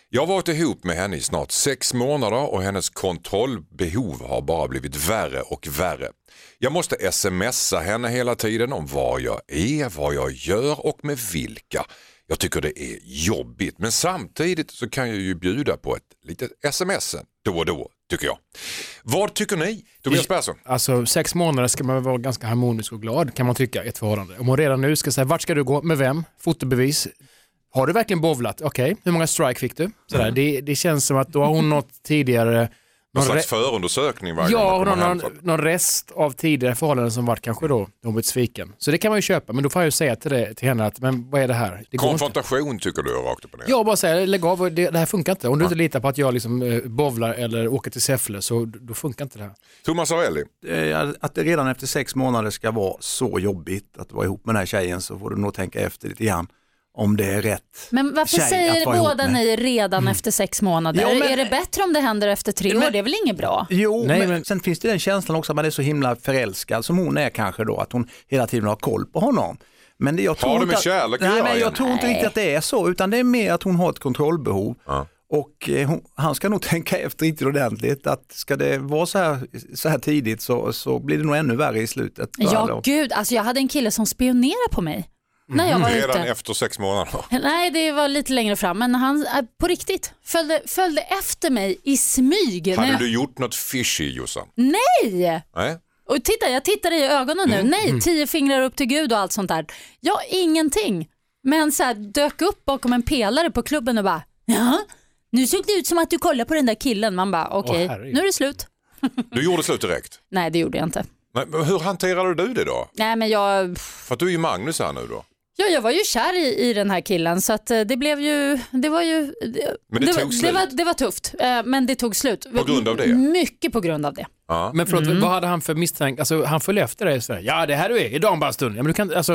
Jag har varit ihop med henne i snart 6 månader och hennes kontrollbehov har bara blivit värre och värre. Jag måste smsa henne hela tiden om var jag är, vad jag gör och med vilka. Jag tycker det är jobbigt, men samtidigt så kan jag ju bjuda på ett litet sms då och då, tycker jag. Vad tycker ni, Tobias Persson? Alltså 6 månader ska man vara ganska harmonisk och glad, kan man tycka, i ett förhållande. Om hon redan nu ska säga, vart ska du gå, med vem, fotobevis, har du verkligen bovlat? Okej, hur många strike fick du? Sådär, det känns som att då har hon något tidigare... Någon slags förundersökning varje gång ja, man kommer hem. någon rest av tidigare förhållanden som varit kanske då de blivit sviken. Så det kan man ju köpa, men då får jag ju säga till henne att men vad är det här? Det konfrontation tycker du rakt upp och ner? Ja, bara säga lägg av, det här funkar inte. Om du inte litar på att jag liksom bovlar eller åker till Säffle så då funkar inte det här. Thomas Arelli? Att det redan efter 6 månader ska vara så jobbigt att vara ihop med den här tjejen, så får du nog tänka efter lite grann om det är rätt. Men varför säger båda ni redan efter 6 månader? Ja, men... Är det bättre om det händer efter 3 år? Det är väl inget bra? Jo, men sen finns det den känslan också att man är så himla förälskad som hon är kanske då, att hon hela tiden har koll på honom. Men det, jag tror har det inte med kärlek att nej, göra? men jag tror inte riktigt att det är så, utan det är mer att hon har ett kontrollbehov. Ja. Och han ska nog tänka efter riktigt ordentligt att ska det vara så här tidigt så blir det nog ännu värre i slutet. Ja, gud. Alltså jag hade en kille som spionerade på mig. När jag var redan ute. Efter 6 månader? Nej, det var lite längre fram. Men han på riktigt följde efter mig i smyg. Hade du gjort något fishy, Jossan? Nej! Nej. Och jag tittar i ögonen nu. Nej, 10 fingrar upp till Gud och allt sånt där. Ja, ingenting. Men så här, dök upp bakom en pelare på klubben och bara, ja, nu såg det ut som att du kollar på den där killen. Man bara, okej, nu är det slut. Du gjorde slut direkt? Nej, det gjorde jag inte. Men hur hanterade du det då? Nej, men För att du är ju Magnus här nu då. Ja, jag var ju kär i den här killen så att det blev ju, det var ju, men det tog slut. Det var tufft, men det tog slut. På grund av det? Mycket på grund av det. Ja. Men förlåt, vad hade han för misstänk? Alltså han följde efter dig så här, ja det här du är i dambastun. Ja, men du kan, alltså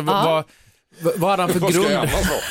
vad hade han för grund?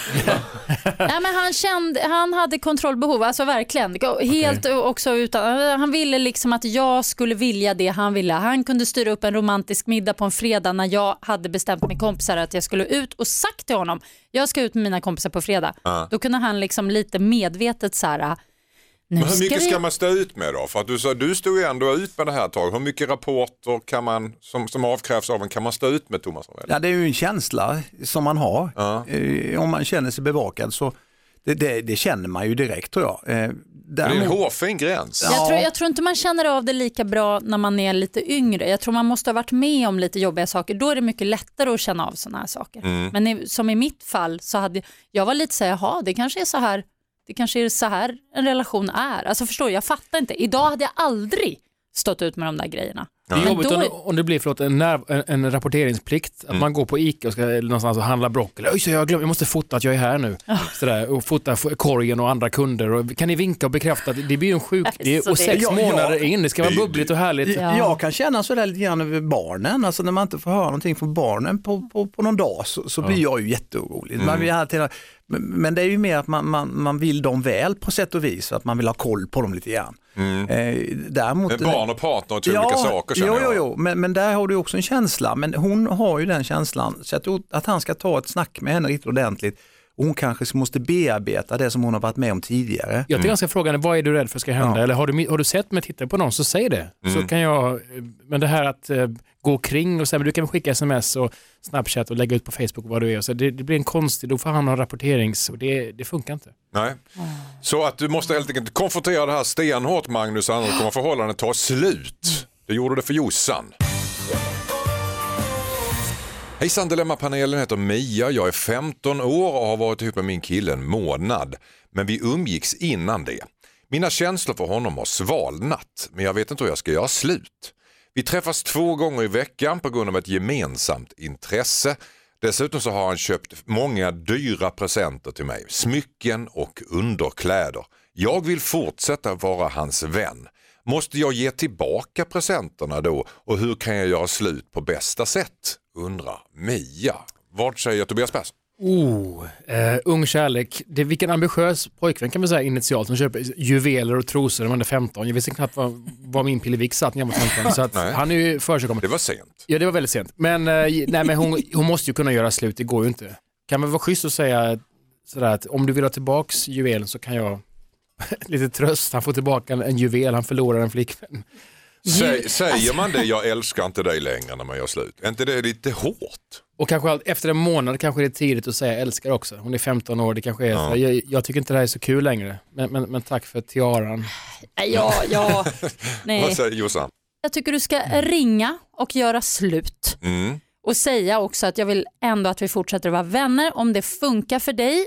Nej, men han hade kontrollbehov, alltså verkligen. Helt också utan, han ville liksom att jag skulle vilja det han ville. Han kunde styra upp en romantisk middag på en fredag när jag hade bestämt med kompisar att jag skulle ut och sagt till honom, jag ska ut med mina kompisar på fredag. Då kunde han liksom lite medvetet så här. Men hur mycket ska man stå ut med då? För att du stod ju ändå ut med det här tag. Hur mycket rapporter kan man, som avkrävs av en, kan man stå ut med, Thomas? Ja, det är ju en känsla som man har. Om man känner sig bevakad så det känner man ju direkt, tror jag. Det är en hårfin gräns. Jag tror inte man känner av det lika bra när man är lite yngre. Jag tror man måste ha varit med om lite jobbiga saker. Då är det mycket lättare att känna av såna här saker. Men som i mitt fall så hade jag var lite så här, jaha, det kanske är så här. Det kanske är så här en relation är. Alltså förstår jag fattar inte. Idag hade jag aldrig stått ut med de där grejerna. Det är jobbigt om det blir en rapporteringsplikt. Att man går på Ica och ska någonstans och handla broccoli. Oj, jag måste fota att jag är här nu. Sådär, och fota korgen och andra kunder. Och kan ni vinka och bekräfta att det blir en sjuk... och 6 månader in, det ska vara bubbligt och härligt. Jag kan känna sådär lite grann över barnen. Alltså när man inte får höra någonting från barnen på någon dag så blir jag ju jätteorolig. Men det är ju mer att man vill dem väl på sätt och vis. Att man vill ha koll på dem lite grann. Däremot, med barn och partner och olika saker. Jo, men där har du också en känsla. Men hon har ju den känslan. Så att han ska ta ett snack med henne riktigt ordentligt. Och hon kanske måste bearbeta det som hon har varit med om tidigare. Jag tycker frågan är, vad är du rädd för ska hända? Eller har du sett mig titta på någon, så säg det. Så kan jag, men det här att gå kring och säga, men du kan skicka sms och Snapchat och lägga ut på Facebook vad du är. Så det blir en konstig, då får han ha rapporterings och det funkar inte. Nej. Så att du måste helt enkelt konfrontera det här stenhårt, Magnus, annars kommer förhållandet ta slut. Det gjorde det för Jossan. Hejsan, Dilemma-panelen heter Mia. Jag är 15 år och har varit ihop med min kille en månad. Men vi umgicks innan det. Mina känslor för honom har svalnat, men jag vet inte hur jag ska göra slut. Vi träffas 2 gånger i veckan på grund av ett gemensamt intresse. Dessutom så har han köpt många dyra presenter till mig. Smycken och underkläder. Jag vill fortsätta vara hans vän. Måste jag ge tillbaka presenterna då? Och hur kan jag göra slut på bästa sätt? Undrar Mia. Vad säger Tobias Persson? Ung kärlek. Vilken ambitiös pojkvän kan man säga initialt som köper juveler och trosor när man är 15. Jag visste knappt vad min pillevik satt när jag var 15. Så att han är ju försigkommande. Det var sent. Ja, det var väldigt sent. Men, men hon måste ju kunna göra slut, det går ju inte. Kan man vara schysst och säga sådär att om du vill ha tillbaks juvelen så kan jag lite tröst. Han får tillbaka en juvel, han förlorar en flickvän. Säger man det, jag älskar inte dig längre när man gör slut? Är inte det lite hårt? Och kanske efter en månad kanske det är tidigt att säga älskar också. Hon är 15 år, det kanske är jag tycker inte det här är så kul längre. Men tack för tiaran. Ja. Nej. Vad säger Jossan? Jag tycker du ska ringa och göra slut. Och säga också att jag vill ändå att vi fortsätter att vara vänner om det funkar för dig.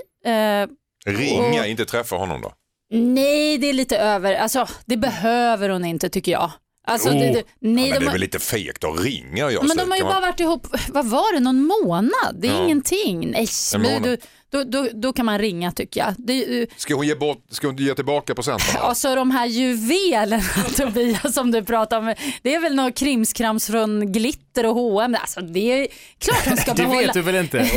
Ringa, inte träffa honom då? Nej, det är lite över. Alltså, det behöver hon inte tycker jag. Alltså, nej, men det är väl lite fegt att ringa. Men de har ju bara varit ihop, vad var det, någon månad? Det är ingenting. Nej, då kan man ringa tycker jag. Ska hon ge tillbaka procenten? Alltså de här juvelerna Tobias som du pratar om, det är väl något krimskrams från Glitter och H&M. Alltså det är klart hon ska behålla. Det vet du väl inte?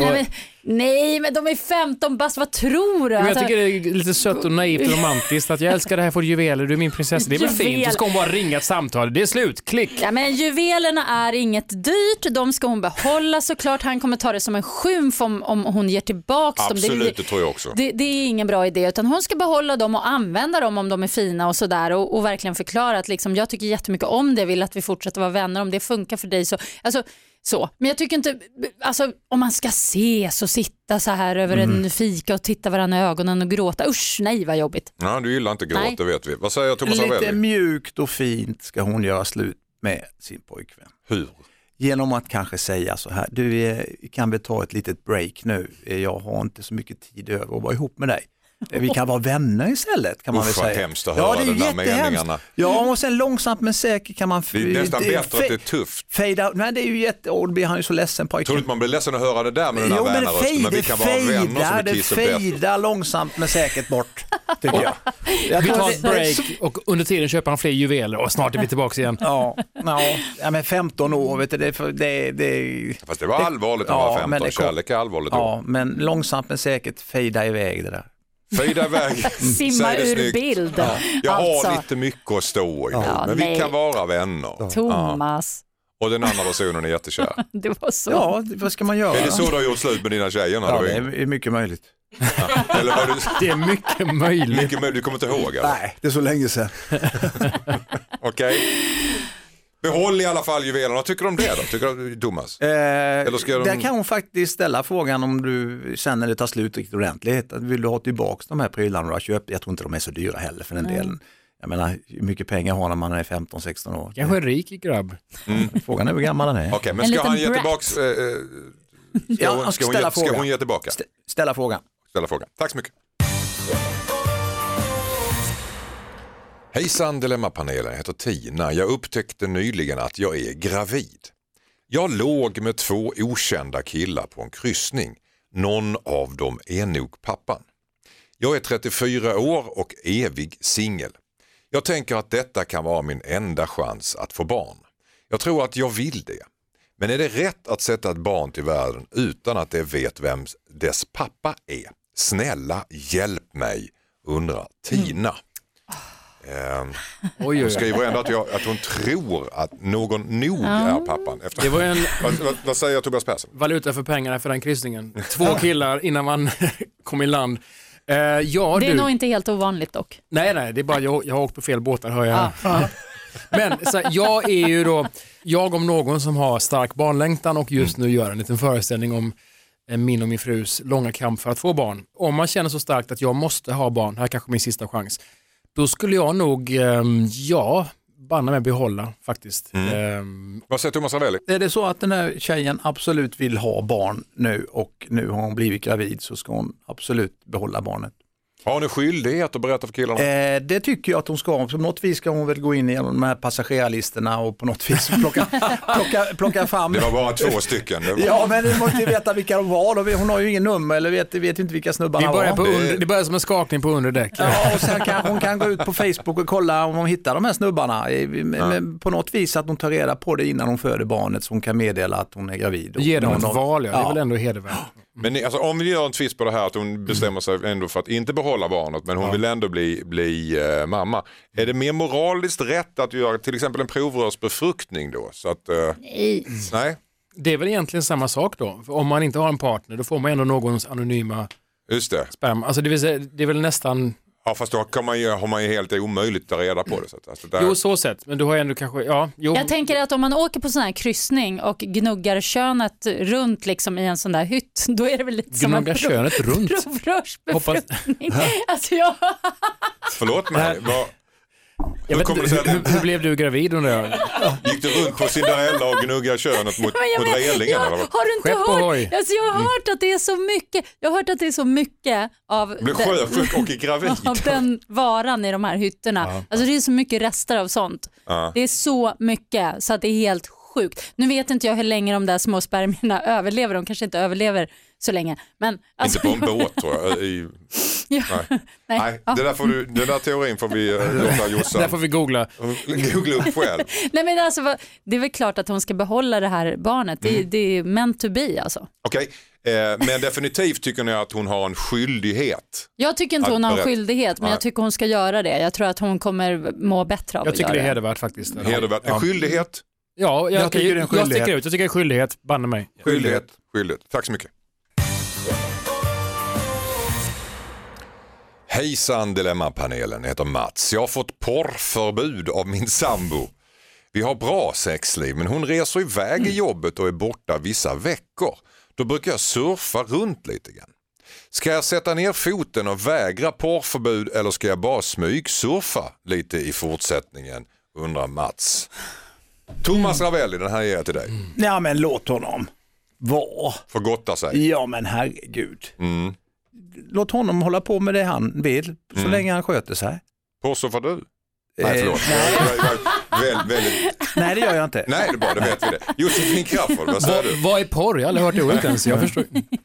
Nej, men de är 15 bast, vad tror du? Men jag tycker det är lite sött och naivt och romantiskt att jag älskar det här för juveler, du är min prinsessa. Det är väl fint, så ska hon bara ringa ett samtal. Det är slut, klick. Ja, men juvelerna är inget dyrt, de ska hon behålla såklart. Han kommer ta det som en skymf om hon ger tillbaka dem. Absolut, det tror jag också. Det är ingen bra idé, utan hon ska behålla dem och använda dem om de är fina och sådär och verkligen förklara att liksom, jag tycker jättemycket om det, vill att vi fortsätter vara vänner, om det funkar för dig så. Alltså, så. Men jag tycker inte, alltså, om man ska ses och sitta så här över en fika och titta varandra i ögonen och gråta, usch nej vad jobbigt. Ja, du gillar inte gråt, det vet vi. Vad säger Thomas Ravelli? Lite mjukt och fint ska hon göra slut med sin pojkvän. Hur? Genom att kanske säga så här, du kan väl ta ett litet break nu, jag har inte så mycket tid över att vara ihop med dig. Vi kan vara vänner istället kan man väl säga. Hemskt att höra de där meningarna. Ja, och sen långsamt men säkert kan man... Det är nästan bättre att det är tufft. Fade out. Nej, det är ju då blir han ju så ledsen pojken. Tror du inte man blir ledsen att höra det där med den här vännerrösten? Men vi kan vara vänner som är kiss och bäst. Det fejdar långsamt men säkert bort, tycker jag. Vi tar ett break och under tiden köper han fler juveler och snart är vi tillbaka igen. Ja, men 15 år, vet du, det... Fast det var allvarligt när man var 15, kärlek är allvarligt. Ja, men långsamt men säkert fejda iväg det där. Fejda iväg. Simma ur bild. Ja. Jag har lite mycket att stå i nu, men vi kan vara vänner. Thomas. Ja. Och den andra personen är jättekär. Det var så. Ja, vad ska man göra? Är det så du har gjort slut med dina tjejer? Ja, det är mycket möjligt. Ja. Eller var det är mycket möjligt. Mycket möjligt. Du kommer inte ihåg? Eller? Nej, det är så länge sedan. Okej. Behåll i alla fall juvelerna. Tycker du om det då? Tycker du, Thomas? Eller ska Där kan hon faktiskt ställa frågan om du sen när det tar slut riktigt ordentligt. Vill du ha tillbaka de här prylarna du har köpt? Jag tror inte de är så dyra heller för den delen. Jag menar, hur mycket pengar har när man är 15-16 år? Kanske en rik grabb. Frågan är hur gammal han är. Okej, men ska han ge tillbaka? Ska hon ge tillbaka? Ställa frågan. Tack så mycket. Hejsan Dilemmapanelen, jag heter Tina. Jag upptäckte nyligen att jag är gravid. Jag låg med 2 okända killar på en kryssning. Någon av dem är nog pappan. Jag är 34 år och evig singel. Jag tänker att detta kan vara min enda chans att få barn. Jag tror att jag vill det. Men är det rätt att sätta ett barn till världen utan att det vet vem dess pappa är? Snälla hjälp mig, undrar Tina. Hon skriver ändå att hon tror att någon nog är pappan. Det var en vad säger Tobias Persson? Valuta för pengarna för den kryssningen. 2 killar innan man kom i land. Det är nog inte helt ovanligt dock. Nej, det är bara jag har åkt på fel båtar hör jag. Men så, jag är ju då, jag om någon som har stark barnlängtan och just nu gör en liten föreställning om min och min frus långa kamp för att få barn. Om man känner så starkt att jag måste ha barn, här är kanske min sista chans. Då skulle jag nog, banna med behålla faktiskt. Vad säger Thomas Ravelli? Är det så att den här tjejen absolut vill ha barn nu och nu har hon blivit gravid så ska hon absolut behålla barnet? Har ni skyldighet att berätta för killarna? Det tycker jag att hon ska. På något vis ska hon väl gå in genom de här passagerarlistorna och på något vis plocka fram. Det var bara 2 stycken. Ja, men du måste veta vilka de var. Hon har ju ingen nummer eller vet inte vilka snubbarna var. Det börjar som en skakning på underdäck. Ja, och sen kanske hon kan gå ut på Facebook och kolla om hon hittar de här snubbarna. Men på något vis att hon tar reda på det innan hon föder barnet så hon kan meddela att hon är gravid. Ge dem ett val, det är väl ändå hedervärt. Men alltså, om vi gör en twist på det här att hon bestämmer sig ändå för att inte behålla barnet men hon vill ändå bli mamma. Är det mer moraliskt rätt att göra till exempel en provrörsbefruktning då? Så att, nej. Det är väl egentligen samma sak då. För om man inte har en partner då får man ändå någons anonyma Just det. sperma. Alltså det är väl nästan Ja, fast då har man ju helt omöjligt att ta reda på det. Så att, alltså, där... Jo, så sett. Men du har ändå kanske, Jag tänker att om man åker på sån här kryssning och gnuggar könet runt liksom i en sån där hytt, då är det väl lite som en provrörsbefruktning. Alltså Förlåt mig, hur blev du gravid under det? Gick du runt på Cinderella och gnugga könet mot relingen? Har du inte hört? Alltså, jag har hört att det är så mycket. Jag har hört att det är så mycket av blev sjösjuk och gravid av den varan i de här hytterna. Ja. Alltså det är så mycket rester av sånt. Ja. Det är så mycket så att det är helt sjukt. Nu vet inte jag hur länge de där små spermierna överlever. De kanske inte överlever så länge. Men, alltså, inte på en båt tror jag. Nej. Den där teorin får vi låta Jossan. Där får vi googla upp själv. Nej, men alltså, det är väl klart att hon ska behålla det här barnet. Det är meant to be alltså. Okej. Men definitivt tycker ni att hon har en skyldighet? Jag tycker inte hon har en skyldighet, men jag tycker hon ska göra det. Jag tror att hon kommer må bättre av att göra det. Jag tycker det är hedervärt faktiskt. Hedervärt. En skyldighet? Ja, jag tycker det är en skyldighet. Jag tycker det är en skyldighet, banne mig. Skyldighet. Tack så mycket. Hejsan Dilemmapanelen, jag heter Mats. Jag har fått porrförbud av min sambo. Vi har bra sexliv, men hon reser iväg i jobbet och är borta vissa veckor. Då brukar jag surfa runt lite grann. Ska jag sätta ner foten och vägra porrförbud eller ska jag bara smygsurfa lite i fortsättningen, undrar Mats. Thomas Ravelli, den här ger jag till dig. Ja, men låt honom vara. Får gotta sig. Ja, men herregud. Låt honom hålla på med det han vill så länge han sköter sig. Porrsurfar du? Nej, förlåt. Nej, det gör jag inte. Nej, det är bra, det vet vi det. Josefin Crafoord, vad säger du? Vad är porr? Jag har aldrig hört det ordet ens. Jag förstår.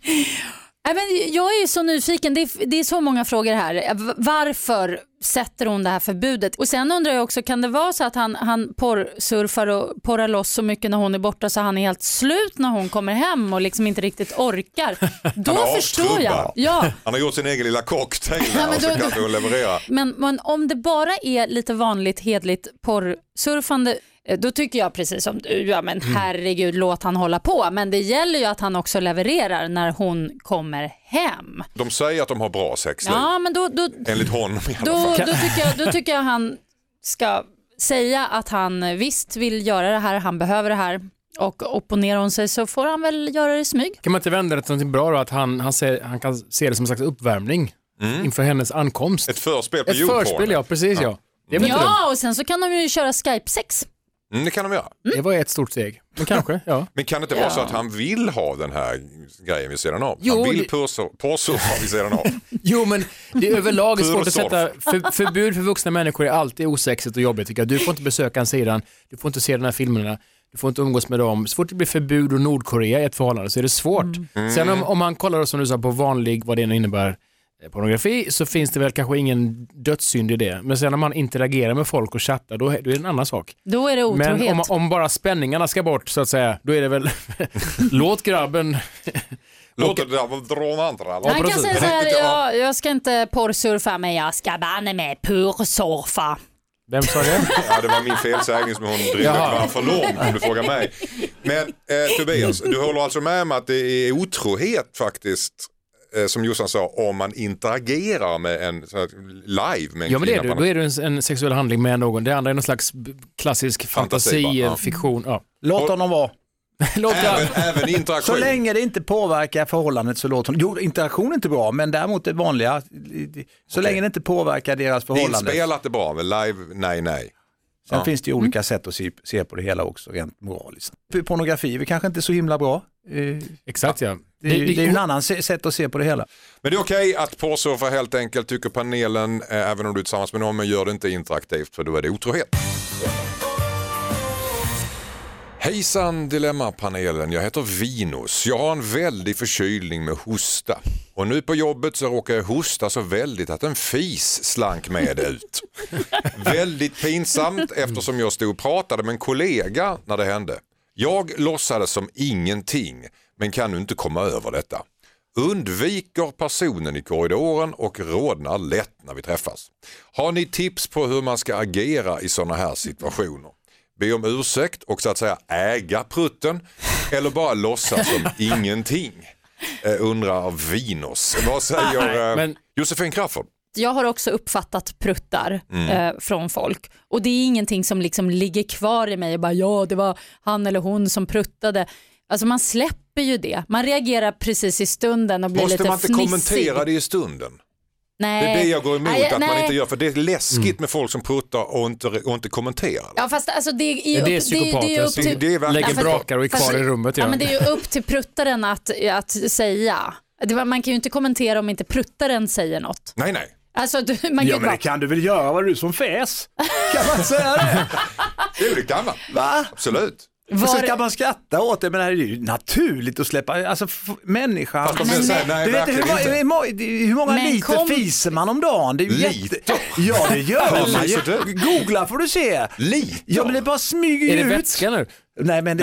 Nej, men jag är ju så nyfiken. Det är så många frågor här. Varför sätter hon det här förbudet? Och sen undrar jag också, kan det vara så att han porrsurfar och porrar loss så mycket när hon är borta så han är helt slut när hon kommer hem och liksom inte riktigt orkar? Då förstår jag. Ja. Han har gjort sin egen lilla cocktail och så kan hon leverera. Men om det bara är lite vanligt hedligt porrsurfande, då tycker jag precis som du, ja men herregud, låt han hålla på. Men det gäller ju att han också levererar när hon kommer hem. De säger att de har bra sexliv. Ja, men då enligt honom i alla fall. Då tycker jag han ska säga att han visst vill göra det här, han behöver det här. Och opponerar hon sig så får han väl göra det i smyg. Kan man inte vända det till något bra då? Att han kan se det som en slags uppvärmning inför hennes ankomst. Ett förspel på YouPorn. Ett förspel, ja, precis ja. Ja, och sen så kan de ju köra Skype-sex. Det kan de göra. Det var ett stort steg. Men kanske, ja. Men kan det inte vara så att han vill ha den här grejen vid sidan av? Han vill porrsurfa vid sidan av. Jo, men det är överlag svårt att sätta förbud för vuxna människor är alltid osexigt och jobbigt. Tycker jag. Du får inte besöka en sidan, du får inte se de här filmerna, du får inte umgås med dem. Så fort det blir förbud och Nordkorea i ett förhållande så är det svårt. Sen om man kollar som du sa på vanlig, vad det nu innebär, pornografi, så finns det väl kanske ingen dödssynd i det. Men sen när man interagerar med folk och chattar, då är det en annan sak. Då är det otrohet. Men om bara spänningarna ska bort så att säga, då är det väl låt grabben låt det där dra en andra. Han kan säga så här, jag ska inte porrsurfa men jag ska banne med porrsurfa. Vem sa det? Ja, det var min felsägning som hon drev var för långt om du frågar mig. Men Tobias, du håller alltså med om att det är otrohet faktiskt, som Jossan sa, om man interagerar med en live med en ja, men det är då är det en sexuell handling med någon. Det andra är någon slags klassisk fantasi fiktion. Ja. Låt honom vara. Även interaktion. Så länge det inte påverkar förhållandet så låt honom. Jo, interaktion är inte bra, men däremot det vanliga. Så länge det inte påverkar deras förhållande. Inspelat är bra, men live, nej. Sen finns det ju olika sätt att se på det hela också, rent moraliskt. För pornografi är kanske inte så himla bra. Exakt, ja. Det är ju en annan sätt att se på det hela. Men det är okej att porrsurfa helt enkelt, tycker panelen, även om du är tillsammans med någon, men gör det inte interaktivt för då är det otrohet. Hejsan Dilemmapanelen, jag heter Vinus. Jag har en väldig förkylning med hosta. Och nu på jobbet så råkar jag hosta så väldigt att en fis slank med ut. Väldigt pinsamt eftersom jag stod och pratade med en kollega när det hände. Jag låtsades som ingenting men kan nu inte komma över detta. Undviker personen i korridoren och rodnar lätt när vi träffas. Har ni tips på hur man ska agera i sådana här situationer? Be om ursäkt och så att säga äga prutten eller bara låtsas som ingenting, undrar Vinus. Vad säger Josefin Crafoord? jag har också uppfattat pruttar från folk. Och det är ingenting som liksom ligger kvar i mig och bara det var han eller hon som pruttade. Alltså man släpper ju det. Man reagerar precis i stunden och blir lite fnissig. Måste man inte kommentera det i stunden? Nej. Det är det jag går emot att man inte gör, för det är läskigt med folk som pruttar och inte kommenterar. Ja, fast alltså det är psykopatiskt. Lägger brakar och är kvar i rummet. Ja, men det är ju upp till pruttaren att säga. Man kan ju inte kommentera om inte pruttaren säger något. Nej. Alltså, men det kan du väl göra, var du som fäs? Kan man säga det? Det kan man. Va? Absolut. Och så kan man skratta åt det, men det är ju naturligt att släppa, alltså människan. Hur många liter fiser man om dagen? Det är liter? Ja, det gör man ju. Googla får du se. Liter? Ja, men det bara smyger ut. Är det vätska nu? Nej, men det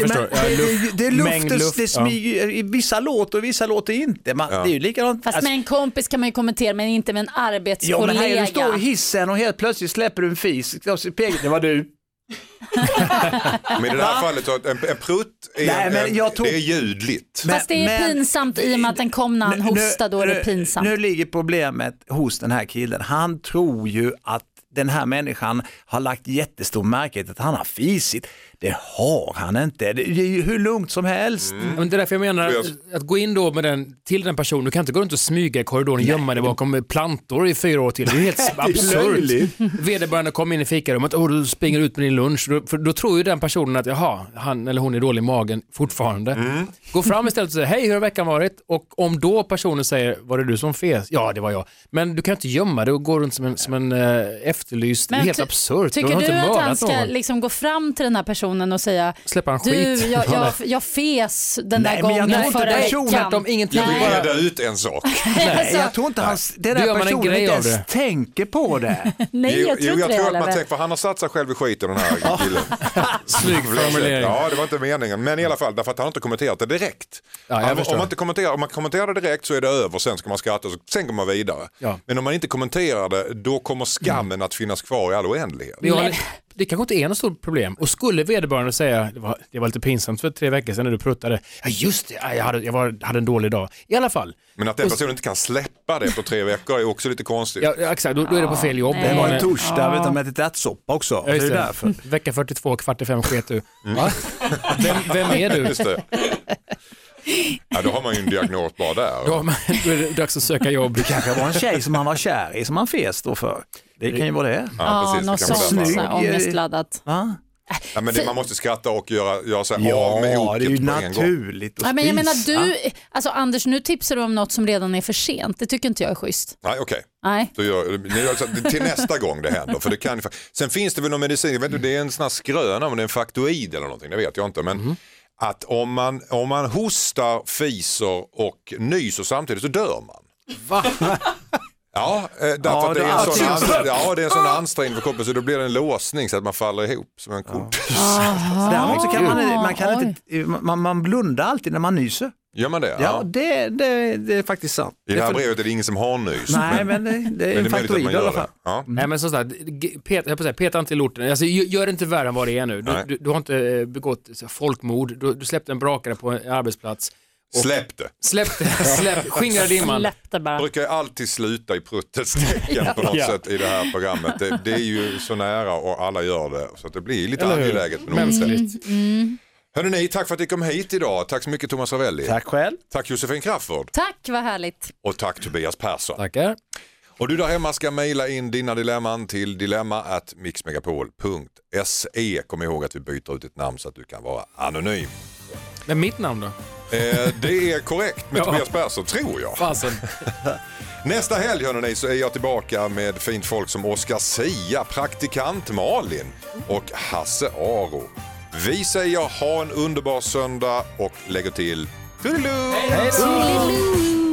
är luft, det smyger, vissa låter och vissa låter inte. Det är ju likadant. Fast med en kompis kan man ju kommentera, men inte med en arbetskollega. Ja, men här du står i hissen och helt plötsligt släpper du en fis. Det var du. Men i det här fallet en prutt är ljudligt. Fast det är pinsamt i och med att den kom när han hostade, då är det pinsamt. Nu ligger problemet hos den här killen. Han tror ju att den här människan har lagt jättestor märke till att han har fisit. Det har han inte. Det är ju hur lugnt som helst. Men det är därför jag menar att gå in då med till den personen. Du kan inte gå runt och smyga i korridoren och gömma dig bakom plantor i 4 år till. Det är helt absurt. Vederbörande kommer in i fikarummet och du springer ut med din lunch. För då tror ju den personen att han eller hon är dålig i magen fortfarande. Gå fram istället och säga hej, hur har veckan varit? Och om då personen säger, var det du som fes? Ja, det var jag. Men du kan inte gömma det och gå runt som en efterlyst. Men det är helt absurt. Tycker du att han ska liksom gå fram till den här personen och säga, släppa en skit. Jag fes den där gången förra veckan. Om ingenting. Jag vill reda ut en sak. Nej, jag tror inte den där personen inte ens tänker på det. Nej, jag tror att man tänker, för han har satt sig själv i skiten, den här killen. Snygg formulering. Ja, det var inte meningen. Men i alla fall, därför att han inte kommenterat det direkt. Ja, om man kommenterar det direkt så är det över, sen ska man skratta och sen går man vidare. Ja. Men om man inte kommenterar det, då kommer skammen att finnas kvar i all oändlighet. Det kanske inte är något stort problem. Och skulle vederbörande säga, det var lite pinsamt för 3 veckor sedan när du pruttade. Ja just det, jag hade en dålig dag. I alla fall. Men att den personen inte kan släppa det efter 3 veckor är också lite konstigt. Ja, exakt, då är det på fel jobb. Det var en torsdag, vet du, med ett ärtsoppa också. Ja, det är därför. Vecka 42, 45 sket du. Vem är du? Just det. Ja, då har man ju en diagnos bara där. Då är det dags att söka jobb. Det kanske var en tjej som han var kär i, som han fes då för. Det kan ju vara det. Ja, precis. Något sånt ångestladdat. Ja, men man måste skratta och göra sig av med oket. Det är ju naturligt att men jag menar, alltså Anders, nu tipsar du om något som redan är för sent. Det tycker inte jag är schysst. Nej, okej. Till nästa gång det händer. För det kan, sen finns det väl någon medicin, jag vet inte, det är en sån här skröna, om det är en faktoid eller någonting, det vet jag inte. Men att om man hostar, fiser och nyser samtidigt så dör man. Va? Ja, därför att det är en sån ansträngning för kroppen, så då blir det en låsning så att man faller ihop som en kort. Däremot så kan man blundar alltid när man nyser. Gör man det? Ja, det är faktiskt sant. I det här brevet är det ingen som har nys. Nej, men det är en faktoid i alla fall. Ja. Nej, men sådär, peta inte lorten. Alltså, gör det inte värre än vad det är nu. Du har inte begått folkmord. Du släppte en brakare på en arbetsplats. Släpp, skingra dimman. Jag brukar alltid sluta i pruttets tecken på något sätt i det här programmet. Det är ju så nära och alla gör det, så att det blir lite angeläget på något sätt. Hörrni, tack för att ni kom hit idag. Tack så mycket Thomas Ravelli. Tack själv. Tack Josefin Crafoord. Tack, vad härligt. Och tack Tobias Persson. Tackar. Och du där hemma ska mejla in dina dilemman till dilemma@mixmegapol.se. Kom ihåg att vi byter ut ett namn så att du kan vara anonym. Men mitt namn då? Det är korrekt med Tobias Persson, tror jag. Fasen. Nästa helg, hörni, så är jag tillbaka med fint folk som Oscar Sia, praktikant Malin och Hasse Aro. Vi säger ha en underbar söndag och lägger till Tudelu! Hej då!